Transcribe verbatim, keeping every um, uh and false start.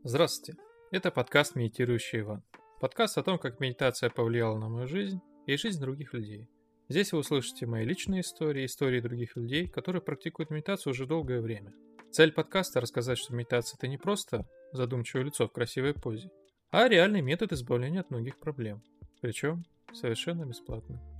Здравствуйте, это подкаст «Медитирующий Иван». Подкаст о том, как медитация повлияла на мою жизнь и жизнь других людей. Здесь вы услышите мои личные истории, истории других людей, которые практикуют медитацию уже долгое время. Цель подкаста – рассказать, что медитация – это не просто задумчивое лицо в красивой позе, а реальный метод избавления от многих проблем, причем совершенно бесплатно.